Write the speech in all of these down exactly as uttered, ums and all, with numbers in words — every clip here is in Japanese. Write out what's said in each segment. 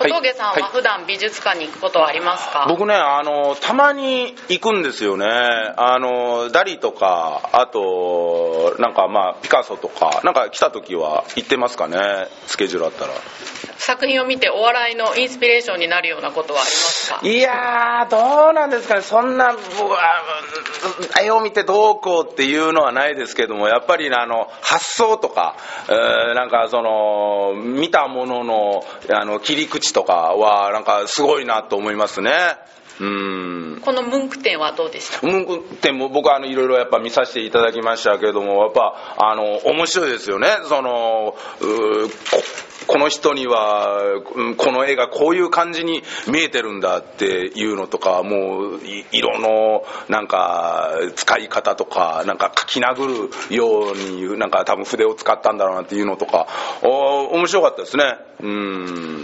小峠さんは普段美術館に行くことはありますか？ はい、僕ね、あのたまに行くんですよね。あのダリとか、あとなんかまあピカソとかなんか来た時は行ってますかね、スケジュールあったら。 作品を見てお笑いのインスピレーションになるようなことはありますか？ いやー、どうなんですかね。そんな絵を見てどうこうっていうのはないですけども、やっぱり、ね、あの発想とか、えー、なんかその見たものの、あの切り口とかはなんかすごいなと思いますね。うん、 このムンク展はどうでした？ ムンク展も僕はあのいろいろやっぱ見させていただきましたけども、やっぱあの面白いですよね。そのこの人にはこの絵がこういう感じに見えてるんだっていうのとか、もう色のなんか使い方とか、なんか書き殴るようになんか多分筆を使ったんだろうなっていうのとか、お面白かったですね。うん、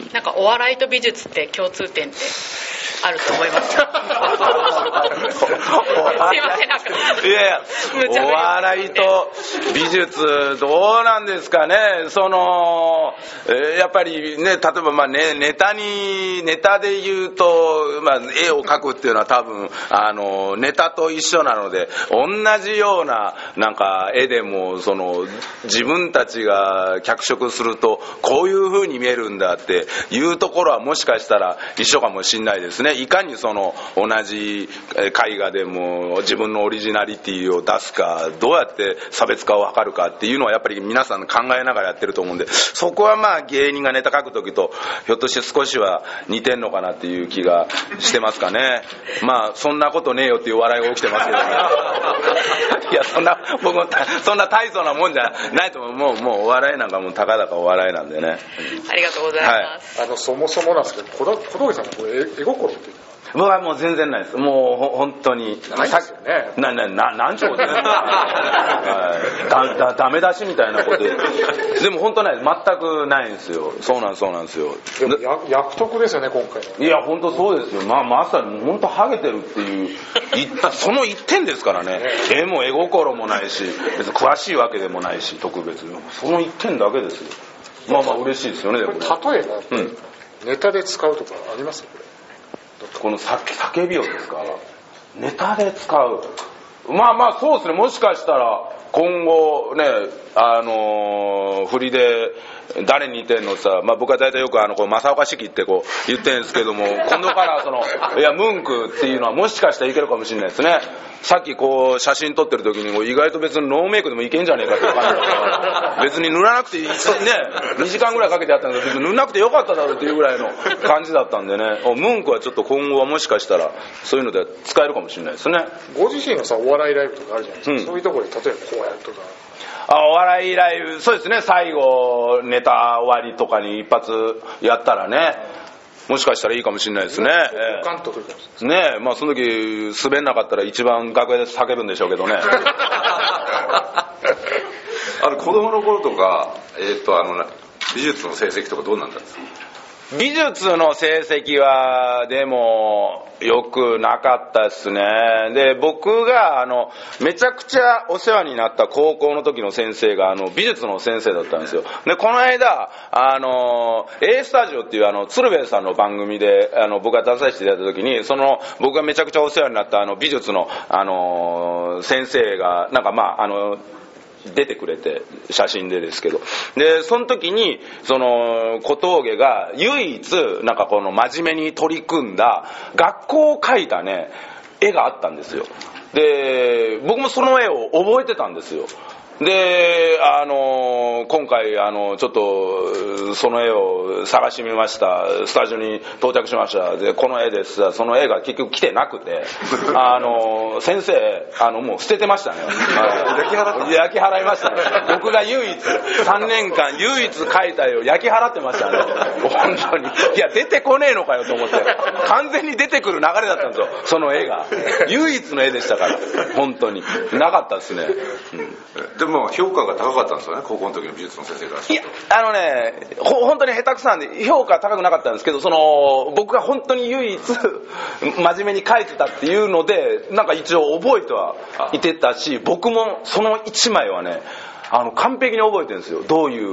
なんかお笑いと美術って共通点ってあると思いますか？すいません、なんかいやいや、お笑いと美術どうなんですかね。そのやっぱりね、例えばまあ、ね、ネタにネタで言うと、まあ、絵を描くっていうのは多分あのネタと一緒なので、同じようななんか絵でもその自分たちが脚色するとこういう風に見えるんだっていうところはもしかしたら一緒かもしれないですね。いかにその同じ絵画でも自分のオリジナリティを出すか、どうやって差別化を図るかっていうのはやっぱり皆さん考えながらやってると思うんで、そこはまあ芸人がネタ書くときとひょっとして少しは似てんのかなっていう気がしてますかね。まあそんなことねえよっていう笑いが起きてますけどね。いや、そんな僕もそんな大層なもんじゃないと思う。もうもうお笑いなんかもうたかだかお笑いなんでね。 ありがとうございます。 はい、あのそもそもなんですけど、小峠さんのこれ絵心って僕はもう全然ないです。もう本当にないですよね。 ななななんちゅうことですか。だだダメ出しみたいなことで。でも本当ないです。全くないんですよ。そうなんそうなんですよ。 でもや役得ですよね今回の。 いや本当そうですよ。まあまさに本当ハゲてるっていうその一点ですからね。絵も絵心もないし、別に詳しいわけでもないし特別にその一点だけですよ。まあまあ嬉しいですよね。でも例えば、うん、ネタで使うとかありますか？これこの叫びをですか、ネタで使う。まあまあそうですね。もしかしたら今後ね、あのー、振りで誰に似てんのさ、まあ僕は大体よくあのこう正岡子規ってこう言ってるんですけども、今度からそのいやムンクっていうのはもしかしたらいけるかもしれないですね。さっきこう写真撮ってる時にこう意外と別にノーメイクでもいけんじゃねえかっていう感じだった別に塗らなくていいね、にじかんぐらいかけてやったんだけど別に塗らなくてよかっただろうっていうぐらいの感じだったんでね、ムンクはちょっと今後はもしかしたらそういうので使えるかもしれないですね。 ご自身のさお笑いライブとかあるじゃないですか、うん、そういうところで例えばこうやるとか。 あ、お笑いライブ、そうですね。最後ネタ終わりとかに一発やったらね、もしかしたらいいかもしれないですね。 ガンとくるかもしれないね。まあその時滑んなかったら一番楽屋で叫ぶんでしょうけどね。 あの子供の頃とか、えー、っとあの美術の成績とかどうなんですか？ 美術の成績はでも良くなかったですね。で僕があのめちゃくちゃお世話になった高校の時の先生があの美術の先生だったんですよ。でこの間あの A スタジオっていうあの鶴瓶さんの番組であの僕が出させていただいた時に、その僕がめちゃくちゃお世話になったあの美術のあの先生がなんかまああの出てくれて、写真でですけど、でその時にその小峠が唯一なんかこの真面目に取り組んだ学校を描いたね絵があったんですよ。で僕もその絵を覚えてたんですよ。であの今回あのちょっとその絵を探してみました。スタジオに到着しました。でこの絵です。その絵が結局来てなくてあの先生あのもう捨ててましたね。 焼き払った焼き払いましたね。僕が唯一さんねんかん唯一描いた絵を焼き払ってましたね。本当にいや出てこねえのかよと思って、完全に出てくる流れだったんですよ。その絵が唯一の絵でしたから本当になかったですね。 うん、でも評価が高かったんですよね、高校の時の美術の先生からすると。 いやあのねほ本当に下手くそなんで評価高くなかったんですけど、その僕が本当に唯一真面目に描いてたっていうのでなんか一応覚えてはいてたし、僕もその一枚はねあの完璧に覚えてるんですよ。どういう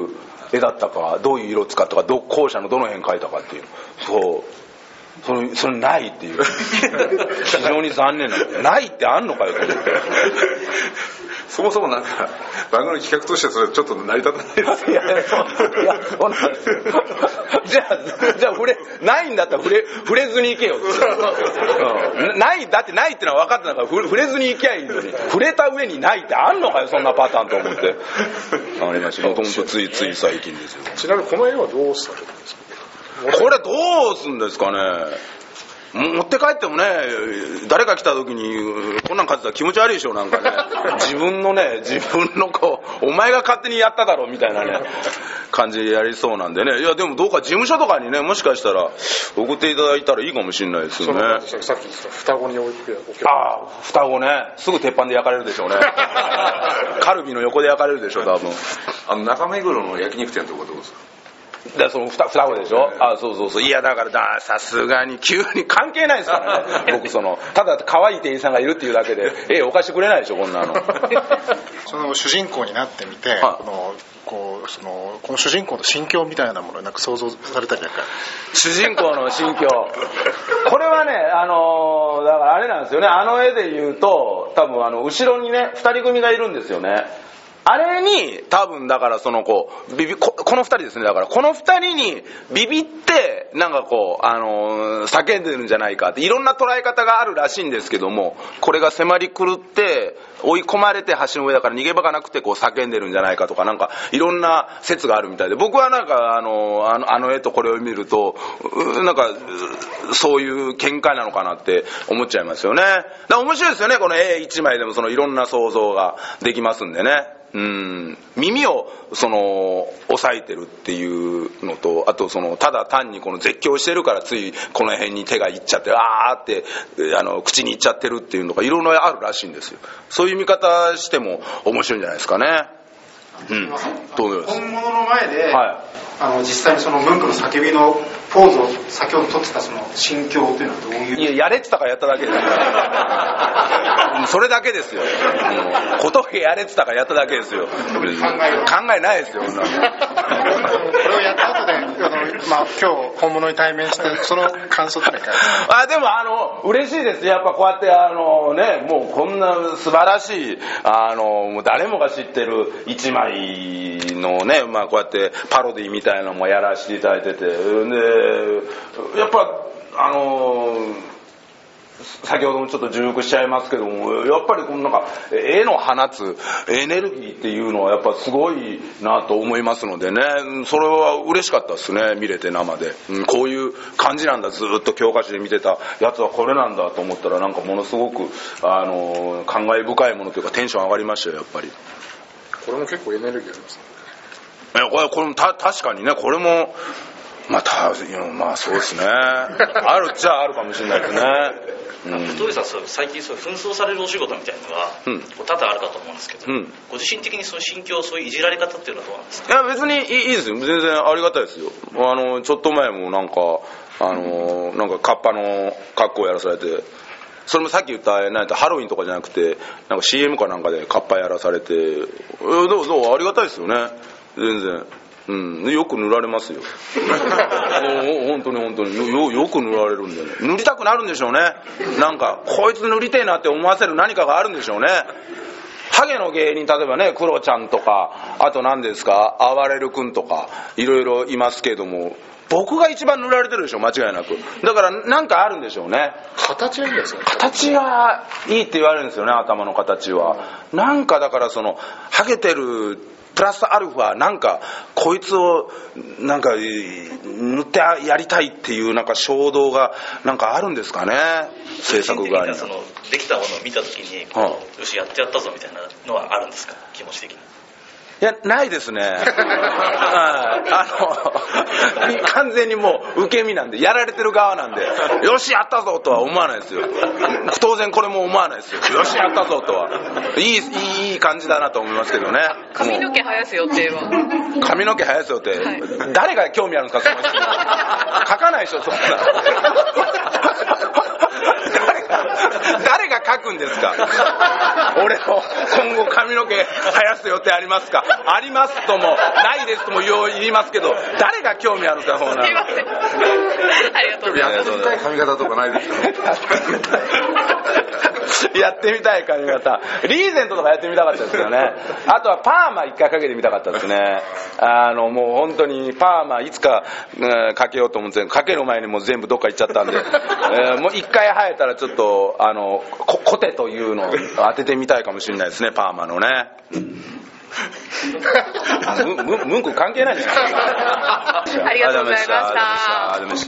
絵だったか、どういう色を使ったか、ど校舎のどの辺描いたかっていう、そうそれそれないっていう非常に残念なの。ないってあんのかよってそもそもなんか番組の企画としてそれちょっと成り立たないですよ。 いやそういやそうなんですよ。じゃあじゃあ触れないんだったら触れ触れずに行けよって、うん、ないだってないってのは分かってたから触れずに行きゃいいのに、触れた上にないってあんのかよそんなパターンと思ってありました。本当ついつい最近ですよ。 ちなみにこの絵はどうされるんですか？ これどうすんですかね。持って帰ってもね、誰か来た時にこんなん書いてたら気持ち悪いでしょ。なんかね自分のね自分のこうお前が勝手にやっただろみたいなね感じでやりそうなんでね。いやでもどうか事務所とかにねもしかしたら送っていただいたらいいかもしれないですよね。 さっき言った双子に置いておけああ双子ね、すぐ鉄板で焼かれるでしょうねカルビの横で焼かれるでしょ多分。 あの中目黒の焼肉店とかどうですか？ だその双子でしょ。あそうそうそう。いやだからださすがに急に関係ないですからね僕そのただ可愛い店員さんがいるっていうだけでえお貸してくれないでしょこんなのその主人公になってみて、 はい、 このこうそのこの主人公の心境みたいなものをなんか想像されたりなんか。 主人公の心境これはねあのー、だからあれなんですよね。あの絵で言うと多分あの後ろにねふたり組がいるんですよね。あれに多分だからそのこうビビ こ, このふたりですね。だからこのふたりにビビってなんかこうあのー、叫んでるんじゃないかっていろんな捉え方があるらしいんですけども、これが迫り狂って追い込まれて橋の上だから逃げ場がなくてこう叫んでるんじゃないかとかなんかいろんな説があるみたいで、僕はなんかあのあのあの絵とこれを見るとなんかそういう見解なのかなって思っちゃいますよね。だから面白いですよね。この絵一枚でもそのいろんな想像ができますんでね。うん、耳をその押さえてるっていうのと、あとそのただ単にこの絶叫してるからついこの辺に手がいっちゃってあーってあの口にいっちゃってるっていうのがいろいろあるらしいんですよ。そういう見方しても面白いんじゃないですかね。うん、どう思います？ 本物の前で、 はい、 あの実際にそのムンクの叫びのポーズを先ほど撮ってたその心境というのはどういう？ いや、やれって言ったからやっただけですそれだけですよ。小峠やれって言ったからやっただけですよ。考え考えないですよ。これをやった後であの、まあ、今日本物に対面してその感想って何かあでもあの嬉しいです。やっぱこうやってあのねもうこんな素晴らしいあのもう誰もが知ってる一枚のね、まあ、こうやってパロディみたいなのもやらせていただいてて、でやっぱあの先ほどもちょっと重複しちゃいますけども、やっぱりこのなんか絵の放つエネルギーっていうのはやっぱすごいなと思いますのでね、それは嬉しかったですね。見れて生で、うん、こういう感じなんだ、ずっと教科書で見てたやつはこれなんだと思ったらなんかものすごくあの感慨深いものというかテンション上がりましたよやっぱり。 これも結構エネルギーありますね。 いやこれこれもた確かにねこれもまあたまあそうですねあるっちゃあるかもしれないですね。 小峠さん最近そういう紛争されるお仕事みたいなのが、うん、多々あるかと思うんですけど、うん、ご自身的にそういう心境そういういじられ方っていうのはどうなんですか？ いや別にいいですよ。全然ありがたいですよ。あのちょっと前もなんかあのなんかカッパの格好をやらされて、それもさっき言ったなんかハロウィンとかじゃなくてなんか シーエム かなんかでカッパやらされて、えどうどうありがたいですよね全然。うん、よく塗られますよ本当に本当に よ, よく塗られるんで、ね、塗りたくなるんでしょうね。なんかこいつ塗りてえなって思わせる何かがあるんでしょうね。ハゲの芸人例えばねクロちゃんとかあと何ですかあわれる君とかいろいろいますけども、僕が一番塗られてるでしょ間違いなく。だからなんかあるんでしょうね。 形はいいんですよね。 形はいいって言われるんですよね。頭の形は、うん、なんかだからそのハゲてるプラスアルファなんかこいつをなんか塗ってやりたいっていうなんか衝動がなんかあるんですかね制作側に。 そのできたものを見た時にこう、はあ、よしやってやったぞみたいなのはあるんですか気持ち的に？ いやないですねあの完全にもう受け身なんでやられてる側なんでよしやったぞとは思わないですよ。当然これも思わないですよ。よしやったぞとはいい、いい、いい感じだなと思いますけどね。 髪の毛生やす予定は？ 髪の毛生やす予定、はい、誰が興味あるんですかその人書かないでしょそんな誰が誰が書くんですか？俺も今後髪の毛生やす予定ありますか？ありますともないですとも言いますけど、誰が興味あるんですか？そうなの。 すいません。ありがとうございます。 やってみたい髪型とかないですか？ やってみたい髪型、リーゼントとかやってみたかったですよね。あとはパーマ一回かけてみたかったですね。あのもう本当にパーマいつか、うん、かけようと思ってかける前にもう全部どっか行っちゃったんで、えー、もう一回生えたらちょっとあのココテというのを当ててみたいかもしれないですね、パーマのね。ムンク関係ないじゃないですか。 ありがとうございました。